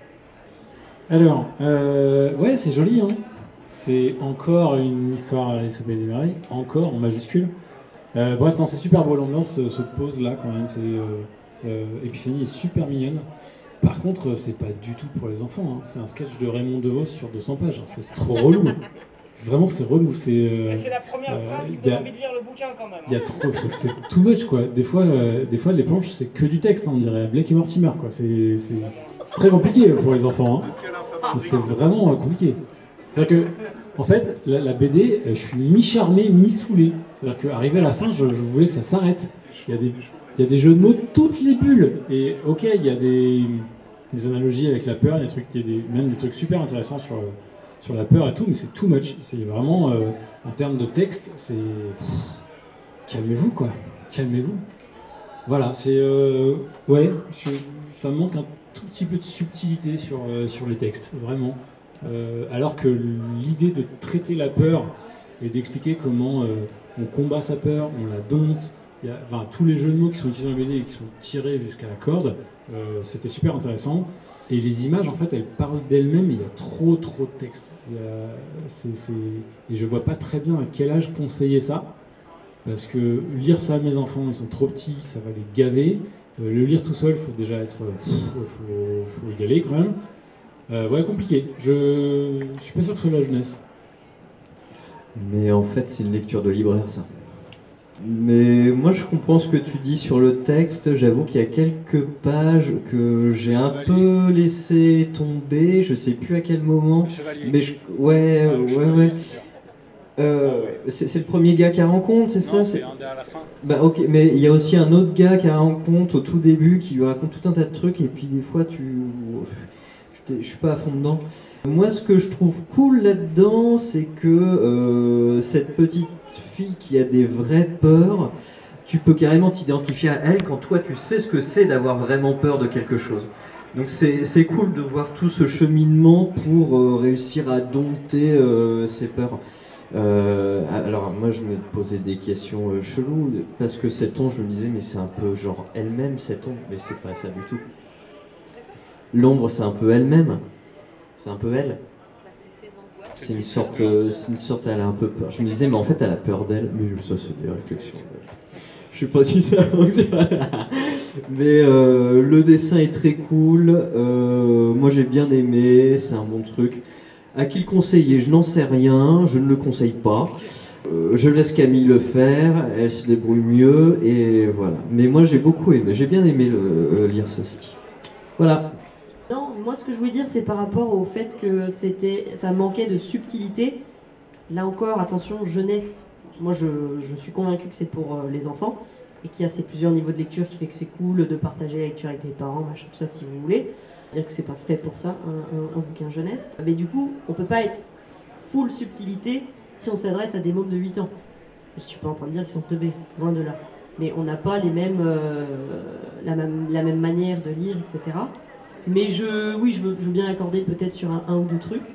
Alors, euh, ouais, c'est joli, hein. C'est encore une histoire à Alice au Pays des Merveilles, encore en majuscule. Euh, bref, non, c'est super beau, l'ambiance se pose là quand même. C'est, euh, euh, Épiphanie est super mignonne. Par contre, c'est pas du tout pour les enfants. Hein. C'est un sketch de Raymond DeVos sur deux cents pages. C'est, c'est trop relou. Vraiment, c'est relou. C'est, euh, Mais c'est la première euh, phrase qui y a, donne envie de lire le bouquin quand même. Il y a trop, c'est, c'est too much quoi. Des fois, euh, des fois, les planches, c'est que du texte. Hein, on dirait Blake et Mortimer quoi. C'est, c'est très compliqué pour les enfants. Hein. C'est vraiment euh, compliqué. C'est-à-dire que, en fait, la, la B D, je suis mi-charmé, mi-saoulé. C'est-à-dire qu'arrivé à la fin, je, je voulais que ça s'arrête. Il y a des, il y a des jeux de mots toutes les bulles. Et ok, il y a des, des analogies avec la peur, il y a, des trucs, il y a des, même des trucs super intéressants sur, sur la peur et tout, mais c'est too much. C'est vraiment, euh, en termes de texte, c'est... Pff, calmez-vous, quoi. Calmez-vous. Voilà, c'est... Euh, ouais, je, ça me manque un tout petit peu de subtilité sur, euh, sur les textes, vraiment. Euh, alors que l'idée de traiter la peur et d'expliquer comment euh, on combat sa peur, on la dompte, il y a, enfin, tous les jeux de mots qui sont utilisés dans la B D et qui sont tirés jusqu'à la corde, euh, c'était super intéressant. Et les images, en fait, elles parlent d'elles-mêmes, mais il y a trop trop de texte. Il y a, c'est, c'est... Et je vois pas très bien à quel âge conseiller ça, parce que lire ça à mes enfants, ils sont trop petits, ça va les gaver. Euh, le lire tout seul, il faut déjà être... Pff, faut, faut y aller quand même. Euh, ouais, compliqué. Je... je suis pas sûr que ce soit la jeunesse. Mais en fait, c'est une lecture de libraire, ça. Mais moi je comprends ce que tu dis sur le texte, j'avoue qu'il y a quelques pages que j'ai un peu laissé tomber, je sais plus à quel moment, mais je... ouais, Ah, le ouais, chevalier, ouais. c'est dur, cette partie. Euh, c'est c'est le premier gars qu'elle rencontre, c'est ça? Non, c'est un à la fin. Bah ok, mais il y a aussi un autre gars qu'elle rencontre au tout début qui lui raconte tout un tas de trucs et puis des fois tu... Je suis pas à fond dedans. Moi ce que je trouve cool là-dedans c'est que euh, cette petite fille qui a des vraies peurs, tu peux carrément t'identifier à elle quand toi tu sais ce que c'est d'avoir vraiment peur de quelque chose. Donc c'est c'est cool de voir tout ce cheminement pour euh, réussir à dompter euh, ses peurs. Euh, alors moi je me posais des questions euh, cheloues parce que cet ombre je me disais mais c'est un peu genre elle-même cette ombre, mais c'est pas ça du tout. L'ombre c'est un peu elle-même, c'est un peu elle. C'est une sorte, euh, c'est une sorte, elle a un peu peur. Je me disais mais en fait elle a peur d'elle, mais ça c'est des réflexions. Je sais pas si ça fonctionne. Mais euh, le dessin est très cool, euh, moi j'ai bien aimé, c'est un bon truc. À qui le conseiller? Je n'en sais rien, je ne le conseille pas. Euh, je laisse Camille le faire, elle se débrouille mieux, et voilà. Mais moi j'ai beaucoup aimé, j'ai bien aimé le, euh, lire ceci. Voilà. Non, moi ce que je voulais dire c'est par rapport au fait que c'était, ça manquait de subtilité. Là encore, attention, jeunesse. Moi je, je suis convaincue que c'est pour euh, les enfants et qu'il y a ces plusieurs niveaux de lecture qui fait que c'est cool de partager la lecture avec les parents, machin, tout ça si vous voulez. C'est-à-dire que c'est pas fait pour ça, un, un, un bouquin jeunesse. Mais du coup, on peut pas être full subtilité si on s'adresse à des mômes de huit ans. Je suis pas en train de dire qu'ils sont teubés, loin de là. Mais on n'a pas les mêmes, euh, la, même, la même manière de lire, et cetera. Mais je, oui, je veux, je veux bien accorder peut-être sur un, un ou deux trucs.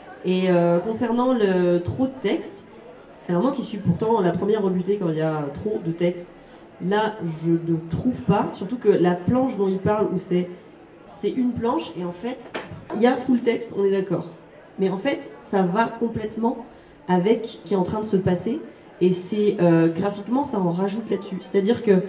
Et euh, concernant le trop de texte, alors moi qui suis pourtant la première rebutée quand il y a trop de texte, là je ne trouve pas, surtout que la planche dont il parle, où c'est c'est une planche et en fait il y a full texte, on est d'accord. Mais en fait ça va complètement avec ce qui est en train de se passer et c'est euh, graphiquement ça en rajoute là-dessus. C'est-à-dire que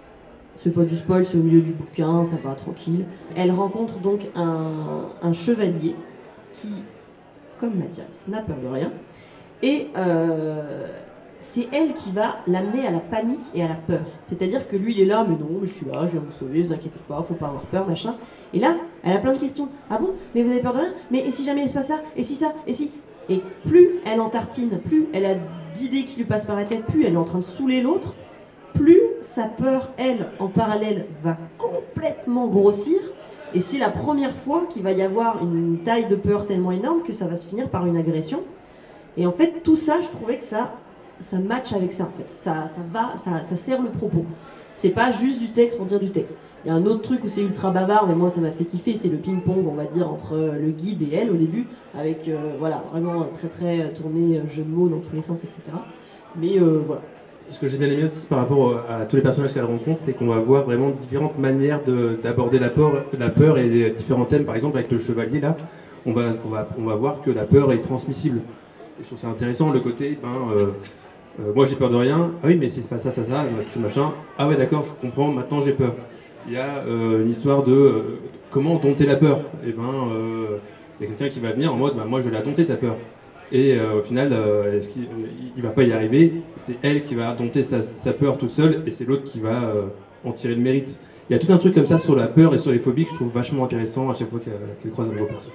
c'est pas du spoil, c'est au milieu du bouquin, ça va tranquille. Elle rencontre donc un, un chevalier qui, comme Mathias, n'a peur de rien. Et euh, c'est elle qui va l'amener à la panique et à la peur. C'est-à-dire que lui, il est là, mais non, mais je suis là, je viens vous sauver, vous inquiétez pas, faut pas avoir peur, machin. Et là, elle a plein de questions. Ah bon? Mais vous avez peur de rien? Mais et si jamais il se passe ça? Et si ça? Et si? Et plus elle en tartine, plus elle a d'idées qui lui passent par la tête, plus elle est en train de saouler l'autre, plus sa peur, elle, en parallèle, va complètement grossir. Et c'est la première fois qu'il va y avoir une taille de peur tellement énorme que ça va se finir par une agression. Et en fait, tout ça, je trouvais que ça, ça match avec ça, en fait. Ça, ça va, ça, ça sert le propos. C'est pas juste du texte pour dire du texte. Il y a un autre truc où c'est ultra bavard, mais moi ça m'a fait kiffer, c'est le ping-pong, on va dire, entre le guide et elle au début, avec, euh, voilà, vraiment très très tourné, euh, jeu de mots dans tous les sens, et cetera. Mais euh, voilà. Ce que j'ai bien aimé aussi par rapport à tous les personnages qu'elle rencontre, c'est qu'on va voir vraiment différentes manières de- d'aborder la peur, la peur et les différents thèmes. Par exemple, avec le chevalier, là, on va, on va, on va voir que la peur est transmissible. Et je trouve ça intéressant, le côté, ben, euh, euh, moi j'ai peur de rien, ah oui, mais si c'est pas ça, ça, ça, tout machin, ah ouais, d'accord, je comprends, maintenant j'ai peur. Il y a euh, une histoire de euh, comment dompter la peur. Et ben, euh, il y a quelqu'un qui va venir en mode, bah, moi je vais la dompter ta peur. Et euh, au final, euh, est-ce qu'il il va pas y arriver? C'est elle qui va dompter sa, sa peur toute seule, et c'est l'autre qui va euh, en tirer le mérite. Il y a tout un truc comme ça sur la peur et sur les phobies que je trouve vachement intéressant à chaque fois qu'elle qu'elle croise un nouveau perso.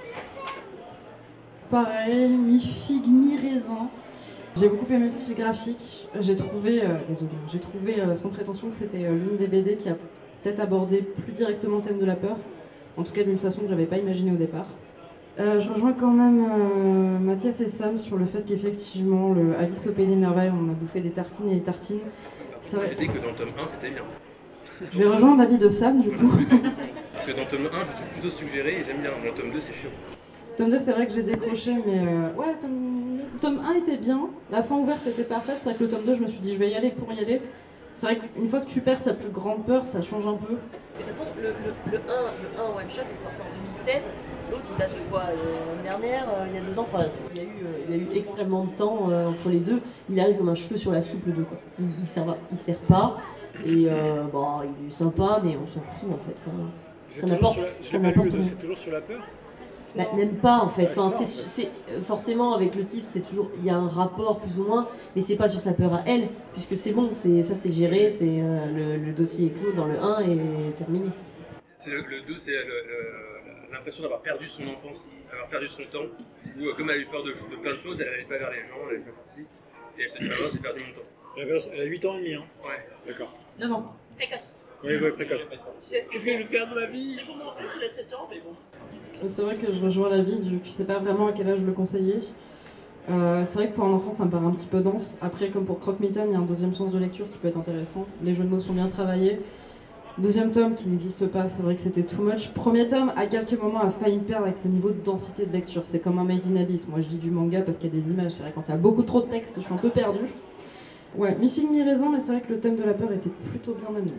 Pareil, mi-figue, mi-raisin. J'ai beaucoup aimé le style graphique. J'ai trouvé, euh, désolé, j'ai trouvé euh, sans prétention que c'était euh, l'une des B D qui a peut-être abordé plus directement le thème de la peur. En tout cas d'une façon que j'avais pas imaginée au départ. Euh, je rejoins quand même euh, Mathias et Sam sur le fait qu'effectivement, le Alice au Pays des Merveilles, on a bouffé des tartines et des tartines. Moi, j'ai dit que dans le tome un, c'était bien. Je vais rejoindre l'avis de Sam du coup. Parce que dans le tome un, je trouve plutôt suggéré et j'aime bien. Dans le tome deux, c'est chiant. Tome deux, c'est vrai que j'ai décroché, mais euh, ouais, tome... tome un était bien. La fin ouverte était parfaite. C'est vrai que le tome deux, je me suis dit, je vais y aller pour y aller. C'est vrai qu'une fois que tu perds sa plus grande peur, ça change un peu. De toute façon, le, le, le un, le un One Shot est sorti en deux mille seize. L'autre, il date de quoi? L'année dernière, euh, il y a deux ans. Enfin, il y a eu, euh, il y a eu extrêmement de temps euh, entre les deux. Il arrive comme un cheveu sur la soupe, le deux, quoi. Il, il, sert, il sert pas. Et euh, bah, il est sympa, mais on s'en fout en fait. Enfin, C'est ça toujours n'apporte sur la- je ça l'ai pas lu, n'apporte le deux, rien. c'est toujours sur la peur? Bah, même pas en fait. Enfin, c'est, c'est, forcément avec le titre, c'est toujours il y a un rapport plus ou moins, mais c'est pas sur sa peur à elle, puisque c'est bon, c'est, ça c'est géré, c'est, euh, le, le dossier est clos dans le un et terminé. C'est le, le deux, c'est le, le, l'impression d'avoir perdu son enfance, d'avoir perdu son temps, où euh, comme elle a eu peur de, de plein de choses, elle n'allait pas vers les gens, elle n'allait pas faire ci, et elle s'est dit, bah non, j'ai perdu mon temps. Elle a huit ans et demi, hein. Ouais. D'accord. neuf ans. Précoce. Oui, oui, précoce. Qu'est-ce que je vais faire de ma vie? C'est pour mon fils, il a sept ans, mais bon. C'est vrai que je rejoins l'avis, du je sais pas vraiment à quel âge le conseiller. Euh, c'est vrai que pour un enfant ça me paraît un petit peu dense. Après, comme pour Croque-Mitaine, il y a un deuxième sens de lecture qui peut être intéressant. Les jeux de mots sont bien travaillés. Deuxième tome qui n'existe pas, c'est vrai que c'était too much. Premier tome, à quelques moments, a failli me perdre avec le niveau de densité de lecture. C'est comme un Made in Abyss. Moi je dis du manga parce qu'il y a des images. C'est vrai, quand il y a beaucoup trop de texte, je suis un peu perdue. Ouais, mi-figue, mi-raisin, mais c'est vrai que le thème de la peur était plutôt bien amené.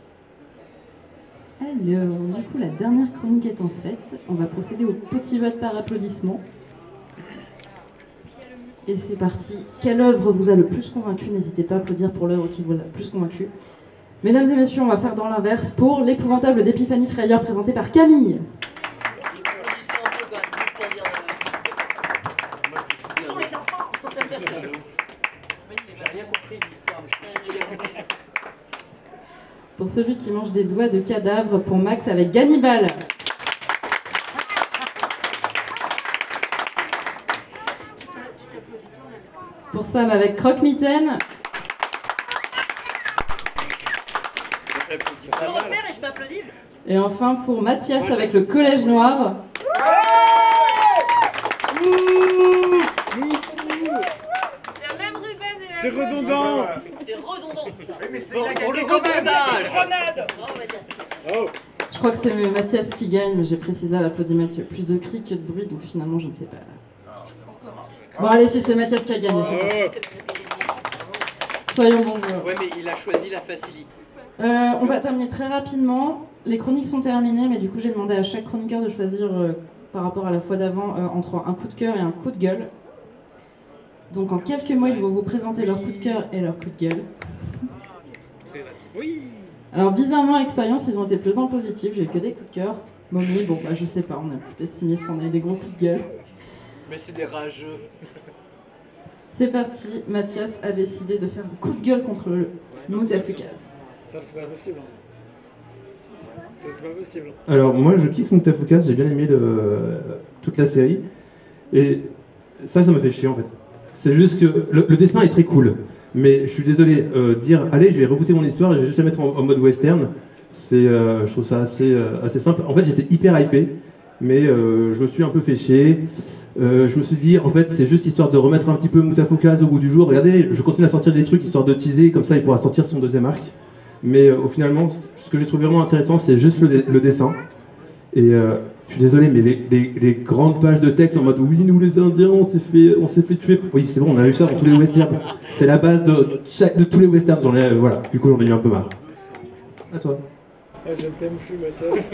Alors, du coup, la dernière chronique étant faite, on va procéder au petit vote par applaudissement. Et c'est parti. Quelle œuvre vous a le plus convaincu? N'hésitez pas à applaudir pour l'œuvre qui vous a le plus convaincu. Mesdames et messieurs, on va faire dans l'inverse pour L'épouvantable d'Épiphanie Frayeur présenté par Camille. J'ai rien compris de l'histoire, mais je suis sûr. Pour celui qui mange des doigts de cadavre, pour Max avec Gannibal. Pour Sam avec Croque-Mitaine. Je peux refaire et je m'applaudis. Et enfin pour Mathias avec le Collège Noir. C'est redondant. C'est redondant tout ça. Oui, mais c'est Bon, il a pour gagné le quand même. redondage. Grenade. Bravo Mathias. Oh. Je crois que c'est Mathias qui gagne, mais j'ai précisé à l'applaudit Mathieu. Plus de cris que de bruit, donc finalement je ne sais pas. Bon allez, si c'est Mathias qui a gagné. c'est bon. Soyons bons joueurs. Ouais, mais il a choisi la facilité. Euh, on va terminer très rapidement. Les chroniques sont terminées, mais du coup j'ai demandé à chaque chroniqueur de choisir euh, par rapport à la fois d'avant euh, entre un coup de cœur et un coup de gueule. Donc en quelques mots, ils vont vous présenter leur coup de cœur et leur coup de gueule. Oui. Alors bizarrement, expérience, ils ont été plus dans le positif. J'ai eu que des coups de cœur. Mommy, bon bah je sais pas, on est plus pessimiste, on a eu des gros coups de gueule. Mais c'est des rageux. C'est parti, Mathias a décidé de faire un coup de gueule contre le Mutafukas. Ça c'est pas possible. Ça c'est pas possible. Alors moi je kiffe Mutafukas, j'ai bien aimé le, toute la série. Et ça, ça m'a fait chier en fait. C'est juste que le, le dessin est très cool. Mais je suis désolé, euh, dire allez je vais rebooter mon histoire et je vais juste la mettre en, en mode western, c'est, euh, je trouve ça assez, euh, assez simple. En fait j'étais hyper hypé, mais euh, je me suis un peu fait chier. Euh, je me suis dit en fait c'est juste histoire de remettre un petit peu Mutafukas au goût du jour. Regardez, je continue à sortir des trucs histoire de teaser, comme ça il pourra sortir son deuxième arc. Mais euh, au finalement, ce que j'ai trouvé vraiment intéressant c'est juste le, le dessin. Et euh, je suis désolé, mais les, les, les grandes pages de texte en mode oui, nous les Indiens, on s'est fait, on s'est fait tuer. Oui, c'est bon, on a eu ça dans tous les westerns. C'est la base de, chaque, de tous les westerns. J'en ai, voilà. Du coup, j'en ai eu un peu marre. À toi. Ah, je ne t'aime plus, Mathias.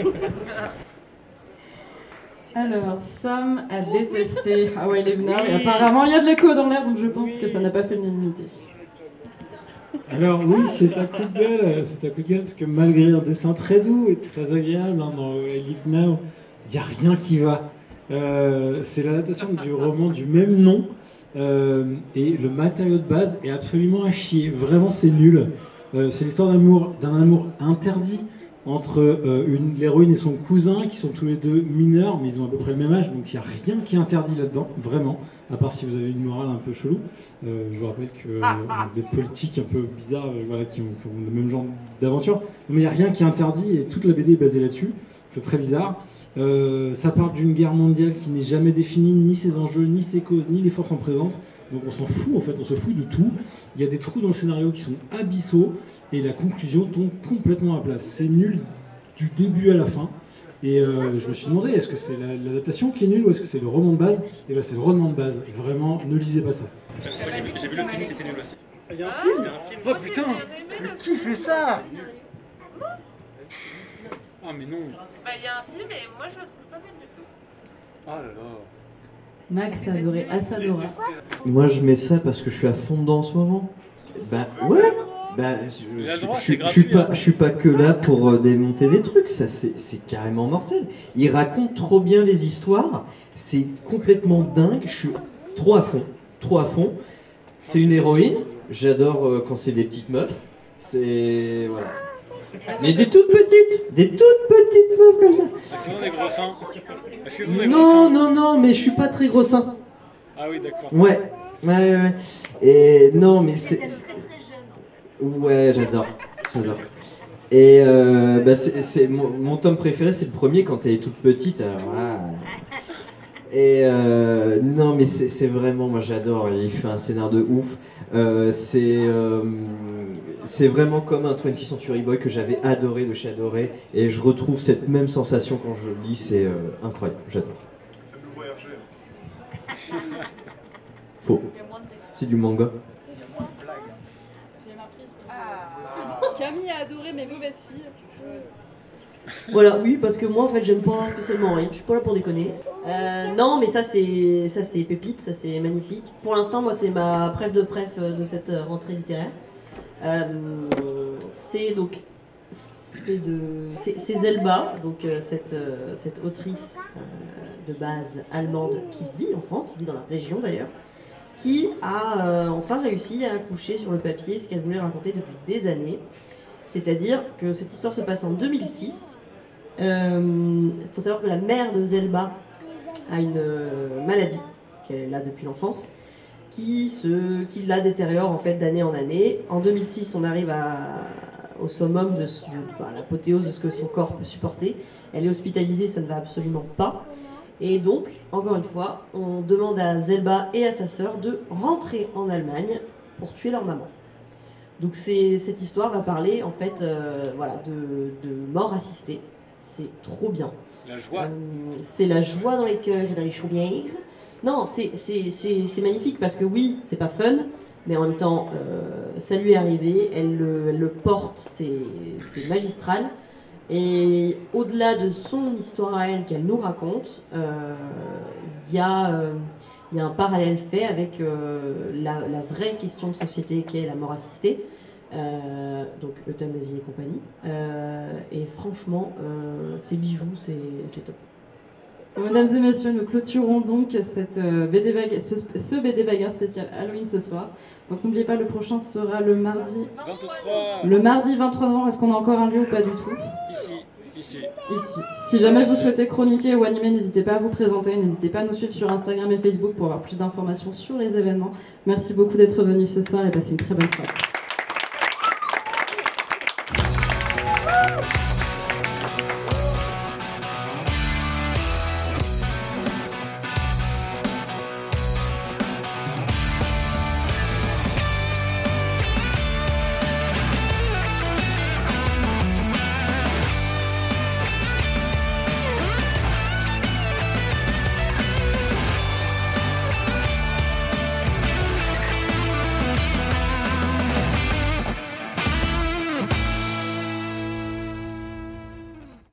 Alors, Sam a détesté How I Live Now et apparemment il y a de l'écho dans l'air, donc je pense que ça n'a pas fait l'unanimité. Alors oui, c'est un coup de gueule, c'est un coup de gueule parce que malgré un dessin très doux et très agréable hein, dans I Live Now, il n'y a rien qui va. Euh, c'est l'adaptation du roman du même nom euh, et le matériau de base est absolument à chier. Vraiment, c'est nul. Euh, c'est l'histoire d'amour, d'un amour interdit entre euh, une, l'héroïne et son cousin qui sont tous les deux mineurs, mais ils ont à peu près le même âge, donc il n'y a rien qui est interdit là-dedans, vraiment, à part si vous avez une morale un peu chelou. Euh, je vous rappelle que euh, des politiques un peu bizarres euh, voilà, qui, ont, qui ont le même genre d'aventure, mais il n'y a rien qui est interdit et toute la B D est basée là-dessus, c'est très bizarre. Euh, ça parle d'une guerre mondiale qui n'est jamais définie, ni ses enjeux, ni ses causes, ni les forces en présence. Donc on s'en fout en fait, on se fout de tout. Il y a des trous dans le scénario qui sont abyssaux et la conclusion tombe complètement à place. C'est nul du début à la fin. Et euh, je me suis demandé, est-ce que c'est la, l'adaptation qui est nulle ou est-ce que c'est le roman de base? Et ben c'est le roman de base. Et vraiment, ne lisez pas ça. Moi j'ai vu, j'ai vu le film, c'était nul aussi. Il y a un film, Il y a un film. Oh putain. Mais qui fait ça? Ah mais non. Bah il y a un film et moi je le trouve pas mal du tout. Oh là là. Max a adoré Asadora. Moi je mets ça parce que je suis à fond dedans en ce moment. Bah ouais, Bah, je, Il a le je- droit, je- c'est je suis gratuit, pas, hein. je suis pas que là pour euh, démonter des trucs, ça c'est c'est carrément mortel. Il raconte trop bien les histoires, c'est complètement dingue, je suis trop à fond, trop à fond. C'est une héroïne, j'adore euh, quand c'est des petites meufs, c'est... voilà. Mais des toutes petites, des toutes petites meufs comme ça. Est-ce qu'ils ont des gros seins Est-ce qu'ils ont des gros seins Non, non, non, mais je suis pas très gros sein. Ah oui, d'accord. Ouais, ouais, ouais. Et non, mais c'est... Ouais, j'adore, j'adore. Et euh, bah, c'est, c'est- mon, mon tome préféré, c'est le premier quand elle est toute petite. Alors, ah. Et euh, non, mais c'est, c'est vraiment, moi j'adore. Il fait un scénar de ouf. Euh, c'est, euh, c'est vraiment comme un twentieth Century Boy que j'avais adoré de chez Adoré. Et je retrouve cette même sensation quand je le lis. C'est euh, incroyable, j'adore. C'est le nouveau R G. hein. Faux. C'est du manga. Camille a adoré mes mauvaises filles. Voilà, oui, parce que moi en fait j'aime pas spécialement rien, je suis pas là pour déconner. Euh, non, mais ça c'est ça c'est pépite, ça c'est magnifique. Pour l'instant, moi c'est ma préf de préf euh, de cette euh, rentrée littéraire. Euh, c'est donc c'est de c'est, c'est Zelba, donc euh, cette euh, cette autrice euh, de base allemande qui vit en France, qui vit dans la région d'ailleurs, qui a euh, enfin réussi à accoucher sur le papier ce qu'elle voulait raconter depuis des années. C'est-à-dire que cette histoire se passe en deux mille six. Il euh, faut savoir que la mère de Zelba a une euh, maladie qu'elle a depuis l'enfance qui, se, qui la détériore en fait d'année en année. En deux mille six, on arrive à, au summum de, ce- enfin, à l'apothéose de ce que son corps peut supporter. Elle est hospitalisée, ça ne va absolument pas. Et donc, encore une fois, on demande à Zelba et à sa sœur de rentrer en Allemagne pour tuer leur maman. Donc c'est, cette histoire va parler en fait euh, voilà, de, de mort assistée. C'est trop bien. La joie. Euh, c'est la joie dans les cœurs et dans les chaumières. Non, c'est, c'est, c'est, c'est magnifique parce que oui, c'est pas fun, mais en même temps, euh, ça lui est arrivé, elle le, elle le porte, c'est, c'est magistral. Et au-delà de son histoire à elle qu'elle nous raconte, il euh, y a... Euh, il y a un parallèle fait avec euh, la, la vraie question de société qui est la mort assistée, euh, donc euthanasie et compagnie. Euh, et franchement, euh, c'est bijoux, c'est, c'est top. Mesdames et messieurs, nous clôturons donc cette euh, B D Bag- ce, ce B D Bagarre spécial Halloween ce soir. Donc n'oubliez pas, le prochain sera le mardi. vingt-trois. Le mardi vingt-trois novembre. Est-ce qu'on a encore un lieu ou pas du tout? Ici. Ici. Ici. Si jamais vous souhaitez chroniquer ou animer, n'hésitez pas à vous présenter, n'hésitez pas à nous suivre sur Instagram et Facebook pour avoir plus d'informations sur les événements. Merci beaucoup d'être venus ce soir et passez une très bonne soirée.